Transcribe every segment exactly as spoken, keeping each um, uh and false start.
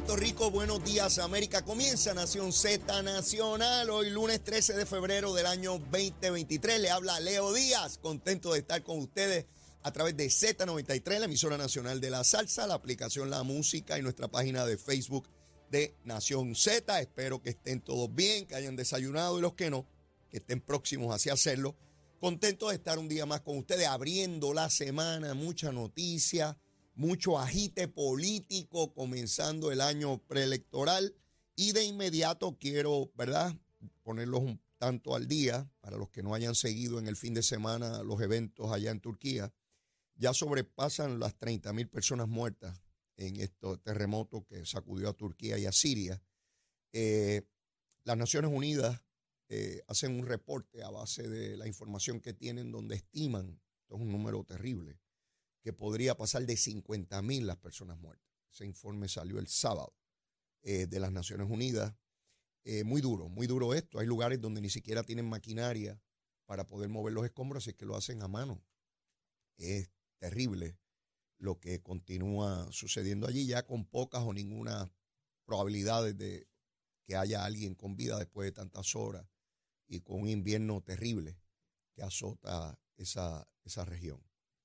Puerto Rico, buenos días América. Comienza Nación Z Nacional, hoy lunes trece de febrero del año veinte veintitrés. Le habla Leo Díaz, contento de estar con ustedes a través de Z noventa y tres, la emisora nacional de la salsa, la aplicación La Música y nuestra página de Facebook de Nación Z. Espero que estén todos bien, que hayan desayunado y los que no, que estén próximos hacia hacerlo. Contento de estar un día más con ustedes, abriendo la semana, mucha noticia, mucho agite político, comenzando el año preelectoral. Y de inmediato quiero, ¿verdad?, ponerlos un tanto al día para los que no hayan seguido en el fin de semana los eventos allá en Turquía. Ya sobrepasan las treinta mil personas muertas en este terremoto que sacudió a Turquía y a Siria. Eh, las Naciones Unidas eh, hacen un reporte a base de la información que tienen donde estiman, esto es un número terrible, que podría pasar de cincuenta mil las personas muertas. Ese informe salió el sábado eh, de las Naciones Unidas. Eh, muy duro, muy duro esto. Hay lugares donde ni siquiera tienen maquinaria para poder mover los escombros, así que lo hacen a mano. Es terrible lo que continúa sucediendo allí, ya con pocas o ninguna probabilidades de que haya alguien con vida después de tantas horas y con un invierno terrible que azota esa, esa región.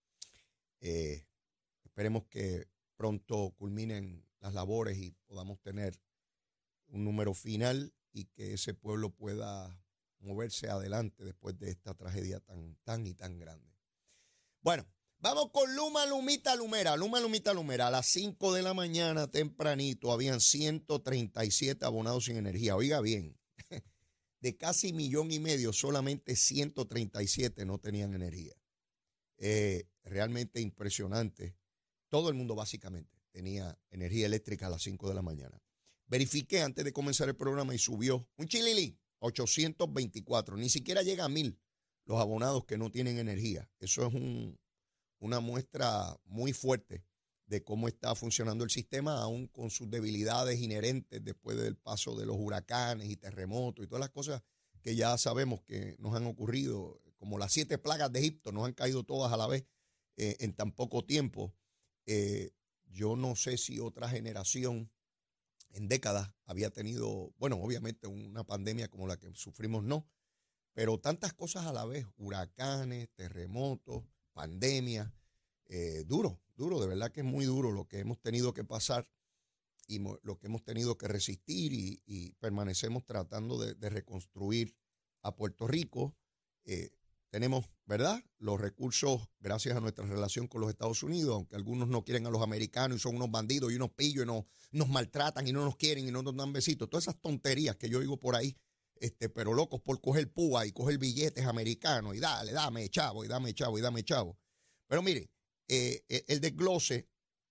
Eh, esperemos que pronto culminen las labores y podamos tener un número final y que ese pueblo pueda moverse adelante después de esta tragedia tan, tan y tan grande. Bueno, vamos con Luma, Lumita, Lumera. Luma, Lumita, Lumera. A las cinco de la mañana, tempranito, habían ciento treinta y siete abonados sin energía. Oiga bien, de casi millón y medio, solamente ciento treinta y siete no tenían energía. Eh, realmente impresionante. Todo el mundo básicamente tenía energía eléctrica a las cinco de la mañana. Verifiqué antes de comenzar el programa y subió un chililí, ochocientos veinticuatro. Ni siquiera llega a mil los abonados que no tienen energía. Eso es un, una muestra muy fuerte de cómo está funcionando el sistema, aún con sus debilidades inherentes después del paso de los huracanes y terremotos y todas las cosas que ya sabemos que nos han ocurrido, como las siete plagas de Egipto, nos han caído todas a la vez eh, en tan poco tiempo. Eh, yo no sé si otra generación en décadas había tenido, bueno, obviamente una pandemia como la que sufrimos no, pero tantas cosas a la vez, huracanes, terremotos, pandemias, eh, duro, duro, de verdad que es muy duro lo que hemos tenido que pasar y mo- lo que hemos tenido que resistir y, y permanecemos tratando de, de reconstruir a Puerto Rico. Eh, tenemos, ¿verdad?, los recursos gracias a nuestra relación con los Estados Unidos, aunque algunos no quieren a los americanos y son unos bandidos y unos pillos y nos, nos maltratan y no nos quieren y no nos dan besitos. Todas esas tonterías que yo digo por ahí, este, pero locos por coger púa y coger billetes americanos y dale, dame chavo y dame chavo y dame chavo. Pero mire, eh, eh, el desglose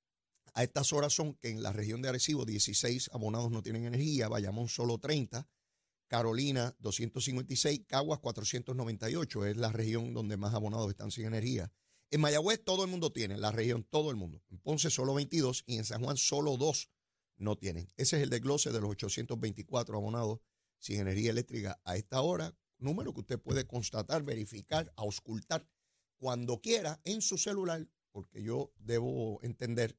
a estas horas son que en la región de Arecibo dieciséis abonados no tienen energía, Bayamón solo treinta, Carolina doscientos cincuenta y seis, Caguas cuatrocientos noventa y ocho, es la región donde más abonados están sin energía. En Mayagüez todo el mundo tiene, la región todo el mundo. En Ponce solo veintidós y en San Juan solo dos no tienen. Ese es el desglose de los ochocientos veinticuatro abonados sin energía eléctrica a esta hora, número que usted puede constatar, verificar, auscultar cuando quiera en su celular, porque yo debo entender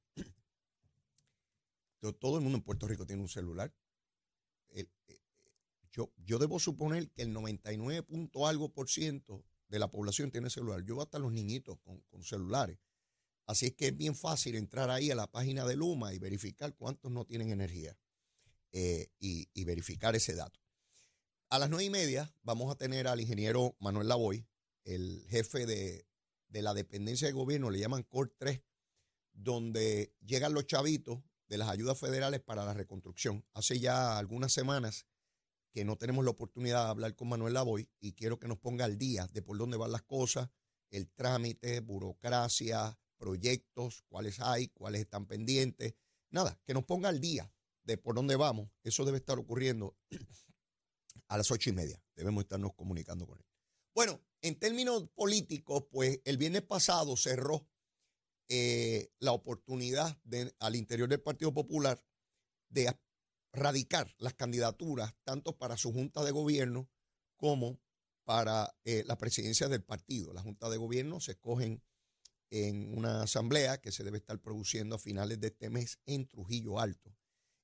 que todo el mundo en Puerto Rico tiene un celular. El, eh, yo, yo debo suponer que el noventa y nueve punto algo por ciento de la población tiene celular. Yo veo hasta los niñitos con, con celulares. Así es que es bien fácil entrar ahí a la página de Luma y verificar cuántos no tienen energía eh, y, y verificar ese dato. A las nueve y media vamos a tener al ingeniero Manuel Lavoy, el jefe de, de la dependencia de gobierno, le llaman Cor tres, donde llegan los chavitos de las ayudas federales para la reconstrucción. Hace ya algunas semanas que no tenemos la oportunidad de hablar con Manuel Lavoy y quiero que nos ponga al día de por dónde van las cosas, el trámite, burocracia, proyectos, cuáles hay, cuáles están pendientes. Nada, que nos ponga al día de por dónde vamos. Eso debe estar ocurriendo a las ocho y media. Debemos estarnos comunicando con él. Bueno, en términos políticos, pues el viernes pasado cerró eh, la oportunidad de, al interior del Partido Popular de radicar las candidaturas tanto para su junta de gobierno como para eh, la presidencia del partido. La junta de gobierno se escogen en una asamblea que se debe estar produciendo a finales de este mes en Trujillo Alto.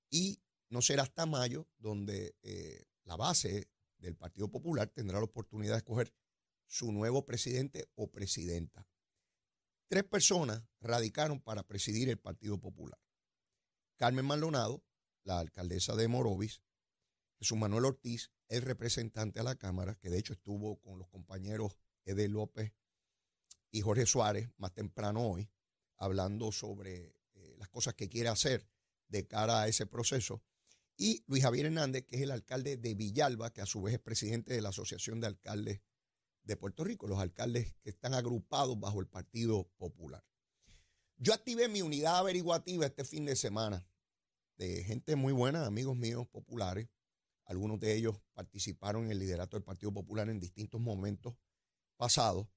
y no será hasta mayo donde eh, la base del Partido Popular tendrá la oportunidad de escoger su nuevo presidente o presidenta. Tres personas radicaron para presidir el Partido Popular. Carmen Maldonado, la alcaldesa de Morovis, Jesús Manuel Ortiz, el representante a la Cámara, que de hecho estuvo con los compañeros Eder López y Jorge Suárez más temprano hoy, hablando sobre eh, las cosas que quiere hacer de cara a ese proceso, y Luis Javier Hernández, que es el alcalde de Villalba, que a su vez es presidente de la Asociación de Alcaldes de Puerto Rico, los alcaldes que están agrupados bajo el Partido Popular. Yo activé mi unidad averiguativa este fin de semana de gente muy buena, amigos míos populares. Algunos de ellos participaron en el liderato del Partido Popular en distintos momentos pasados.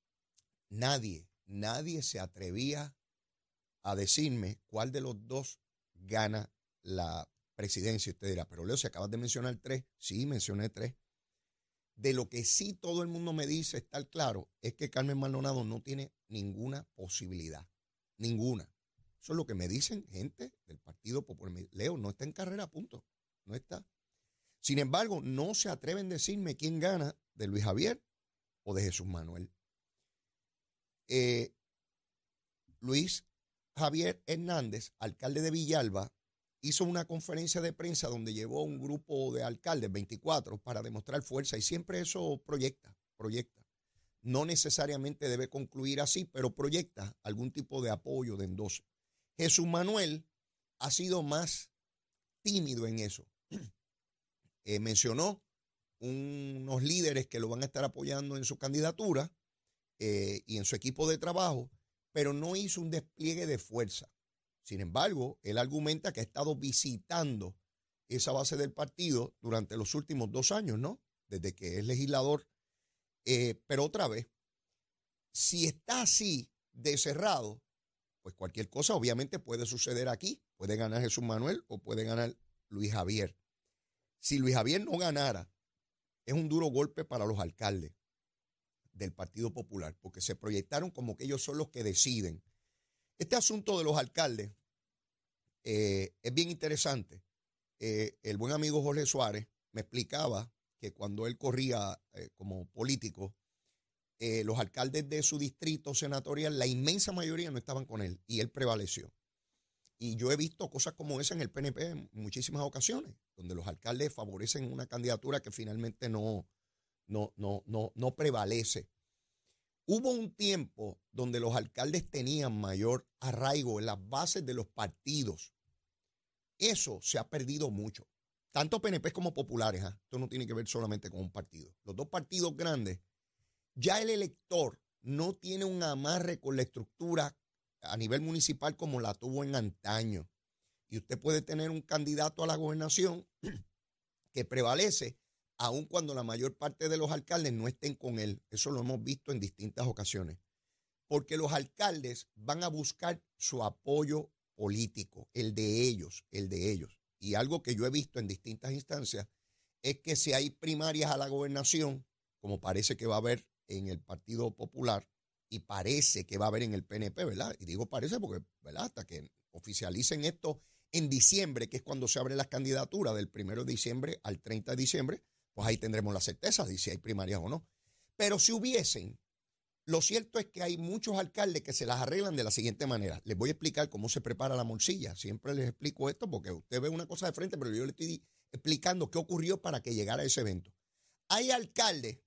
Nadie, nadie se atrevía a decirme cuál de los dos gana la presidencia. Usted dirá, pero Leo, si acabas de mencionar tres, sí, mencioné tres. De lo que sí todo el mundo me dice, estar claro, es que Carmen Maldonado no tiene ninguna posibilidad, ninguna. Eso es lo que me dicen gente del Partido Popular. Leo, no está en carrera, punto, no está. Sin embargo, no se atreven a decirme quién gana de Luis Javier o de Jesús Manuel. Eh, Luis Javier Hernández, alcalde de Villalba, hizo una conferencia de prensa donde llevó un grupo de alcaldes, veinticuatro, para demostrar fuerza, y siempre eso proyecta, proyecta. No necesariamente debe concluir así, pero proyecta algún tipo de apoyo, de endoso. Jesús Manuel ha sido más tímido en eso. Eh, mencionó unos líderes que lo van a estar apoyando en su candidatura eh, y en su equipo de trabajo, pero no hizo un despliegue de fuerza. Sin embargo, él argumenta que ha estado visitando esa base del partido durante los últimos dos años, ¿no? Desde que es legislador. Eh, pero otra vez, si está así de cerrado, pues cualquier cosa obviamente puede suceder aquí. Puede ganar Jesús Manuel o puede ganar Luis Javier. Si Luis Javier no ganara, es un duro golpe para los alcaldes del Partido Popular, porque se proyectaron como que ellos son los que deciden. Este asunto de los alcaldes eh, es bien interesante. Eh, el buen amigo Jorge Suárez me explicaba que cuando él corría eh, como político, eh, los alcaldes de su distrito senatorial, la inmensa mayoría no estaban con él y él prevaleció. Y yo he visto cosas como esa en el P N P en muchísimas ocasiones, donde los alcaldes favorecen una candidatura que finalmente no, no, no, no, no prevalece. Hubo un tiempo donde los alcaldes tenían mayor arraigo en las bases de los partidos. Eso se ha perdido mucho. Tanto P N P como populares. ¿eh? Esto no tiene que ver solamente con un partido. Los dos partidos grandes, ya el elector no tiene un amarre con la estructura a nivel municipal como la tuvo en antaño. Y usted puede tener un candidato a la gobernación que prevalece aun cuando la mayor parte de los alcaldes no estén con él. Eso lo hemos visto en distintas ocasiones. Porque los alcaldes van a buscar su apoyo político, el de ellos, el de ellos. Y algo que yo he visto en distintas instancias es que si hay primarias a la gobernación, como parece que va a haber en el Partido Popular y parece que va a haber en el P N P, ¿verdad? Y digo parece porque, ¿verdad? Hasta que oficialicen esto en diciembre, que es cuando se abren las candidaturas del primero de diciembre al treinta de diciembre, pues ahí tendremos la certeza de si hay primarias o no. Pero si hubiesen, lo cierto es que hay muchos alcaldes que se las arreglan de la siguiente manera. Les voy a explicar cómo se prepara la morcilla. Siempre les explico esto porque usted ve una cosa de frente, pero yo le estoy explicando qué ocurrió para que llegara a ese evento. Hay alcaldes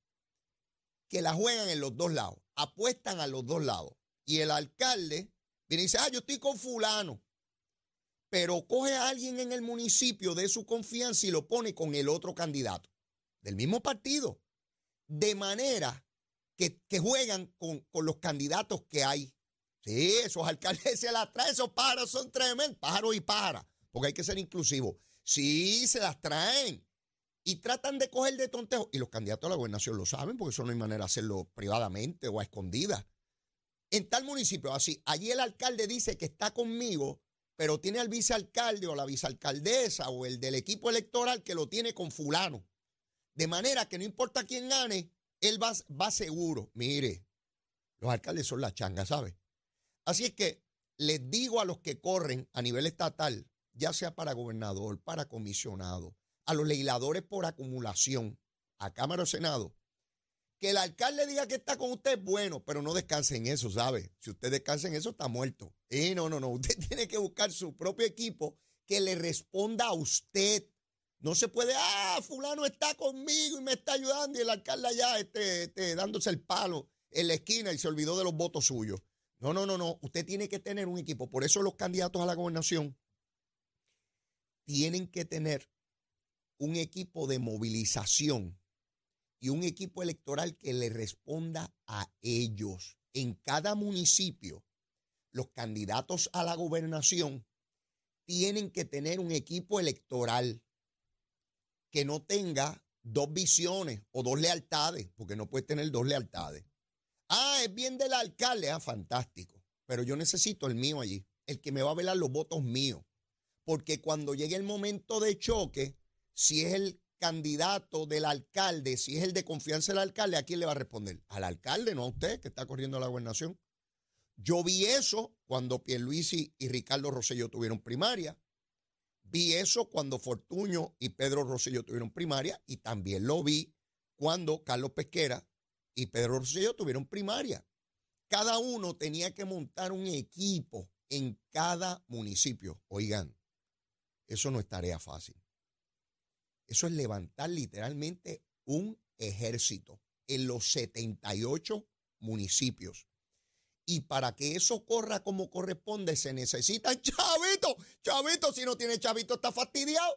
que la juegan en los dos lados, apuestan a los dos lados. Y el alcalde viene y dice, ah, yo estoy con fulano. Pero coge a alguien en el municipio de su confianza y lo pone con el otro candidato del mismo partido. De manera que, que juegan con, con los candidatos que hay. Sí, esos alcaldes se las traen, esos pájaros son tremendos, pájaros y pájaras, porque hay que ser inclusivos. Sí, se las traen. Y tratan de coger de tontejo. Y los candidatos a la gobernación lo saben, porque eso no hay manera de hacerlo privadamente o a escondidas. En tal municipio, así, allí el alcalde dice que está conmigo, pero tiene al vicealcalde o la vicealcaldesa o el del equipo electoral que lo tiene con fulano. De manera que no importa quién gane, él va, va seguro. Mire, los alcaldes son la changa, ¿sabe? Así es que les digo a los que corren a nivel estatal ya sea para gobernador, para comisionado, a los legisladores por acumulación, a Cámara o Senado, que el alcalde diga que está con usted, bueno, pero no descanse en eso, ¿sabe? Si usted descansa en eso, está muerto. Y no, no, no, usted tiene que buscar su propio equipo que le responda a usted. No se puede, ah, fulano está conmigo y me está ayudando y el alcalde allá este, este, dándose el palo en la esquina y se olvidó de los votos suyos. No, no, no, no, usted tiene que tener un equipo. Por eso los candidatos a la gobernación tienen que tener un equipo de movilización y un equipo electoral que le responda a ellos. En cada municipio, los candidatos a la gobernación tienen que tener un equipo electoral que no tenga dos visiones o dos lealtades, porque no puede tener dos lealtades. Ah, es bien del alcalde, ah, fantástico, pero yo necesito el mío allí, el que me va a velar los votos míos, porque cuando llegue el momento de choque, si es el candidato del alcalde, si es el de confianza del alcalde, ¿a quién le va a responder? Al alcalde, no a usted que está corriendo la gobernación. Yo vi eso cuando Pierluisi y Ricardo Rosselló tuvieron primaria. Vi eso cuando Fortuño y Pedro Rosselló tuvieron primaria y también lo vi cuando Carlos Pesquera y Pedro Rosselló tuvieron primaria. Cada uno tenía que montar un equipo en cada municipio. Oigan, eso no es tarea fácil. Eso es levantar literalmente un ejército en los setenta y ocho municipios. Y para que eso corra como corresponde, se necesitan chavitos. Chavitos, si no tiene chavito, está fastidiado.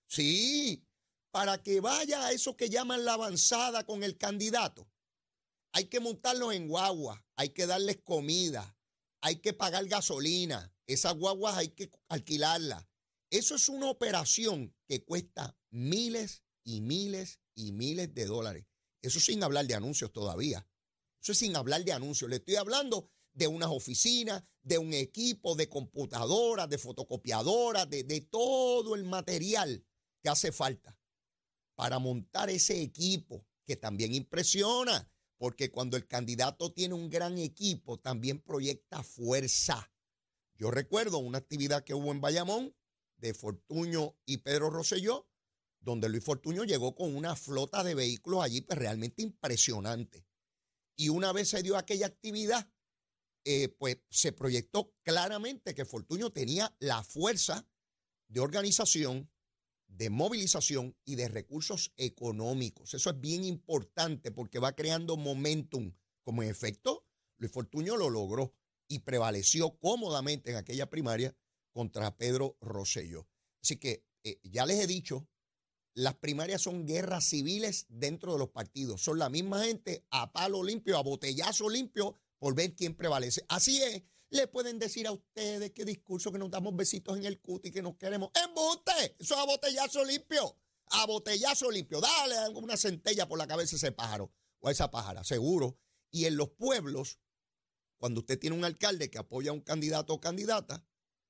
Sí, para que vaya a eso que llaman la avanzada con el candidato, hay que montarlos en guagua, hay que darles comida, hay que pagar gasolina. Esas guaguas hay que alquilarlas. Eso es una operación que cuesta miles y miles y miles de dólares. Eso sin hablar de anuncios todavía. Eso es sin hablar de anuncios. Le estoy hablando de unas oficinas, de un equipo, de computadoras, de fotocopiadoras, de, de todo el material que hace falta para montar ese equipo que también impresiona, porque cuando el candidato tiene un gran equipo, también proyecta fuerza. Yo recuerdo una actividad que hubo en Bayamón de Fortuño y Pedro Rosselló, donde Luis Fortuño llegó con una flota de vehículos allí pues realmente impresionante. Y una vez se dio aquella actividad, eh, pues se proyectó claramente que Fortuño tenía la fuerza de organización, de movilización y de recursos económicos. Eso es bien importante porque va creando momentum. Como en efecto, Luis Fortuño lo logró y prevaleció cómodamente en aquella primaria contra Pedro Rosselló. Así que eh, ya les he dicho, las primarias son guerras civiles dentro de los partidos. Son la misma gente a palo limpio, a botellazo limpio, por ver quién prevalece. Así es. Le pueden decir a ustedes qué discurso, que nos damos besitos en el cuti, que nos queremos. ¡Embuste! Eso es a botellazo limpio. A botellazo limpio. Dale una centella por la cabeza a ese pájaro o a esa pájara, seguro. Y en los pueblos, cuando usted tiene un alcalde que apoya a un candidato o candidata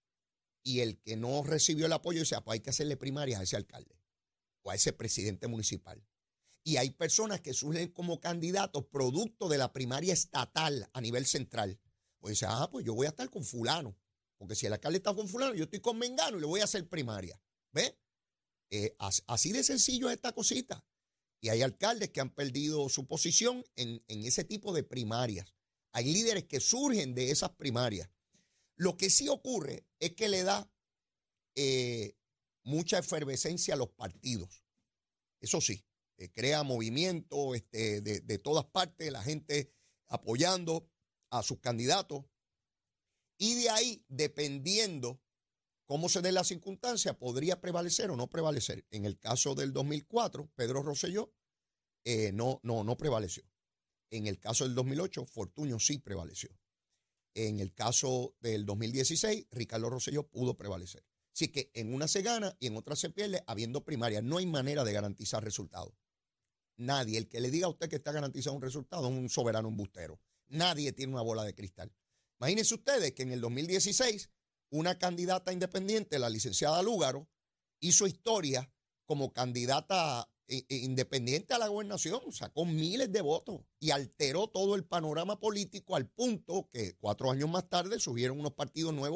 y el que no recibió el apoyo dice, ah, pues hay que hacerle primarias a ese alcalde o a ese presidente municipal. Y hay personas que surgen como candidatos producto de la primaria estatal a nivel central. Pues dice, ah, pues yo voy a estar con fulano. Porque si el alcalde está con fulano, yo estoy con mengano y le voy a hacer primaria. ¿Ves? Eh, así de sencillo es esta cosita. Y hay alcaldes que han perdido su posición en, en ese tipo de primarias. Hay líderes que surgen de esas primarias. Lo que sí ocurre es que le da eh, mucha efervescencia a los partidos. Eso sí, eh, crea movimiento este, de, de todas partes, la gente apoyando a sus candidatos. Y de ahí, dependiendo cómo se den las circunstancias, podría prevalecer o no prevalecer. En el caso del dos mil cuatro, Pedro Rosselló eh, no, no, no prevaleció. En el caso del dos mil ocho, Fortuño sí prevaleció. En el caso del dos mil dieciséis, Ricardo Rosselló pudo prevalecer. Así que en una se gana y en otra se pierde, habiendo primaria. No hay manera de garantizar resultados. Nadie, el que le diga a usted que está garantizado un resultado, es un soberano embustero. Nadie tiene una bola de cristal. Imagínense ustedes que en el dos mil dieciséis, una candidata independiente, la licenciada Lúgaro, hizo historia como candidata independiente a la gobernación, sacó miles de votos y alteró todo el panorama político al punto que cuatro años más tarde subieron unos partidos nuevos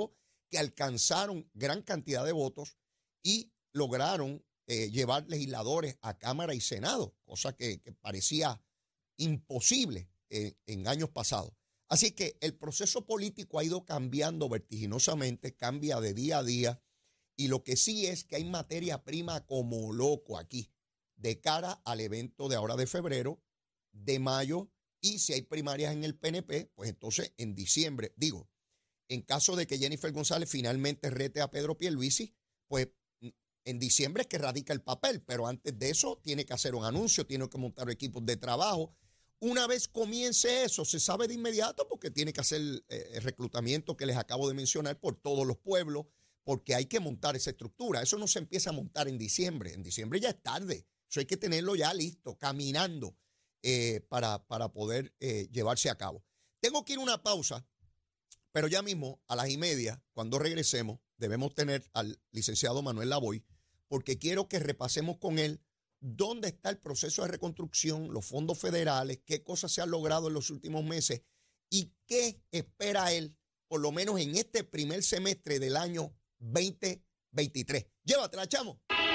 que alcanzaron gran cantidad de votos y lograron eh, llevar legisladores a Cámara y Senado, cosa que, que parecía imposible eh, en años pasados. Así que el proceso político ha ido cambiando vertiginosamente, cambia de día a día, y lo que sí es que hay materia prima como loco aquí, de cara al evento de ahora de febrero, de mayo, y si hay primarias en el P N P, pues entonces en diciembre, digo, en caso de que Jennifer González finalmente rete a Pedro Pierluisi, pues en diciembre es que radica el papel, pero antes de eso tiene que hacer un anuncio, tiene que montar equipos de trabajo. Una vez comience eso, se sabe de inmediato porque tiene que hacer eh, el reclutamiento que les acabo de mencionar por todos los pueblos, porque hay que montar esa estructura. Eso no se empieza a montar en diciembre. En diciembre ya es tarde. Eso hay que tenerlo ya listo, caminando, eh, para, para poder eh, llevarse a cabo. Tengo que ir a una pausa, pero ya mismo a las y media, cuando regresemos, debemos tener al licenciado Manuel Lavoy, porque quiero que repasemos con él dónde está el proceso de reconstrucción, los fondos federales, qué cosas se han logrado en los últimos meses y qué espera él, por lo menos en este primer semestre del año veinte veintitrés. Llévatela, chamo.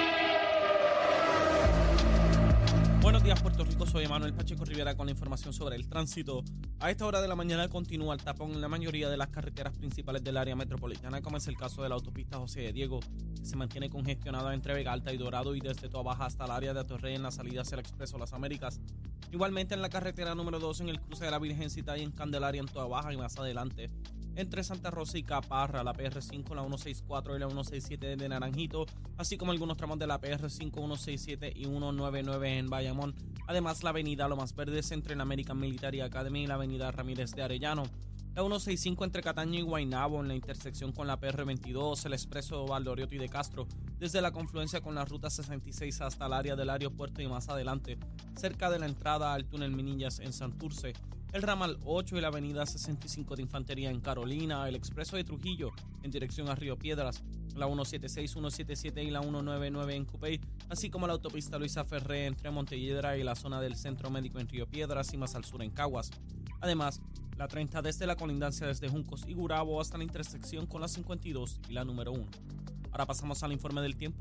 Buenos días, Puerto Rico. Soy Manuel Pacheco Rivera con la información sobre el tránsito. A esta hora de la mañana continúa el tapón en la mayoría de las carreteras principales del área metropolitana, como es el caso de la autopista José de Diego, que se mantiene congestionada entre Vega Alta y Dorado y desde Toa Baja hasta el área de Atorrey en la salida hacia el Expreso Las Américas. Igualmente en la carretera número dos en el cruce de la Virgencita y en Candelaria en Toa Baja y más adelante. Entre Santa Rosa y Caparra, la P R cinco, la ciento sesenta y cuatro y la ciento sesenta y siete de Naranjito, así como algunos tramos de la P R cinco, ciento sesenta y siete y ciento noventa y nueve en Bayamón. Además, la avenida Lomas Verdes entre la American Military Academy y la avenida Ramírez de Arellano. La ciento sesenta y cinco entre Cataño y Guaynabo en la intersección con la P R veintidós, el expreso Valdoriotti y de Castro, desde la confluencia con la ruta sesenta y seis hasta el área del aeropuerto y más adelante, cerca de la entrada al túnel Minillas en Santurce. El ramal ocho y la avenida sesenta y cinco de Infantería en Carolina, el expreso de Trujillo en dirección a Río Piedras, la ciento setenta y seis, ciento setenta y siete y la ciento noventa y nueve en Cupey, así como la autopista Luisa Ferré entre Montelledra y la zona del Centro Médico en Río Piedras y más al sur en Caguas. Además, la treinta desde la colindancia desde Juncos y Gurabo hasta la intersección con la cincuenta y dos y la número uno. Ahora pasamos al informe del tiempo.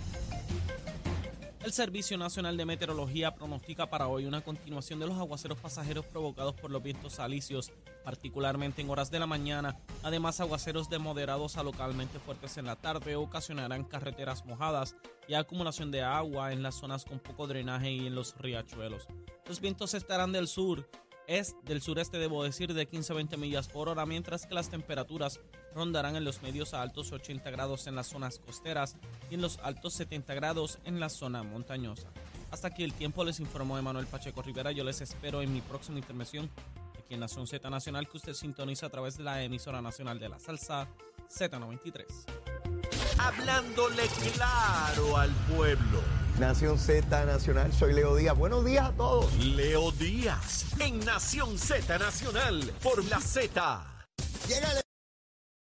El Servicio Nacional de Meteorología pronostica para hoy una continuación de los aguaceros pasajeros provocados por los vientos alisios, particularmente en horas de la mañana. Además, aguaceros de moderados a localmente fuertes en la tarde ocasionarán carreteras mojadas y acumulación de agua en las zonas con poco drenaje y en los riachuelos. Los vientos estarán del sur, es del sureste, debo decir, de quince a veinte millas por hora, mientras que las temperaturas rondarán en los medios a altos ochenta grados en las zonas costeras y en los altos setenta grados en la zona montañosa. Hasta aquí el tiempo, les informó Manuel Pacheco Rivera. Yo les espero en mi próxima intervención aquí en Nación Z Nacional, que usted sintoniza a través de la emisora nacional de la salsa Z noventa y tres. Hablándole claro al pueblo. Nación Z Nacional, soy Leo Díaz. Buenos días a todos. Leo Díaz, en Nación Z Nacional, por la Z. Llega el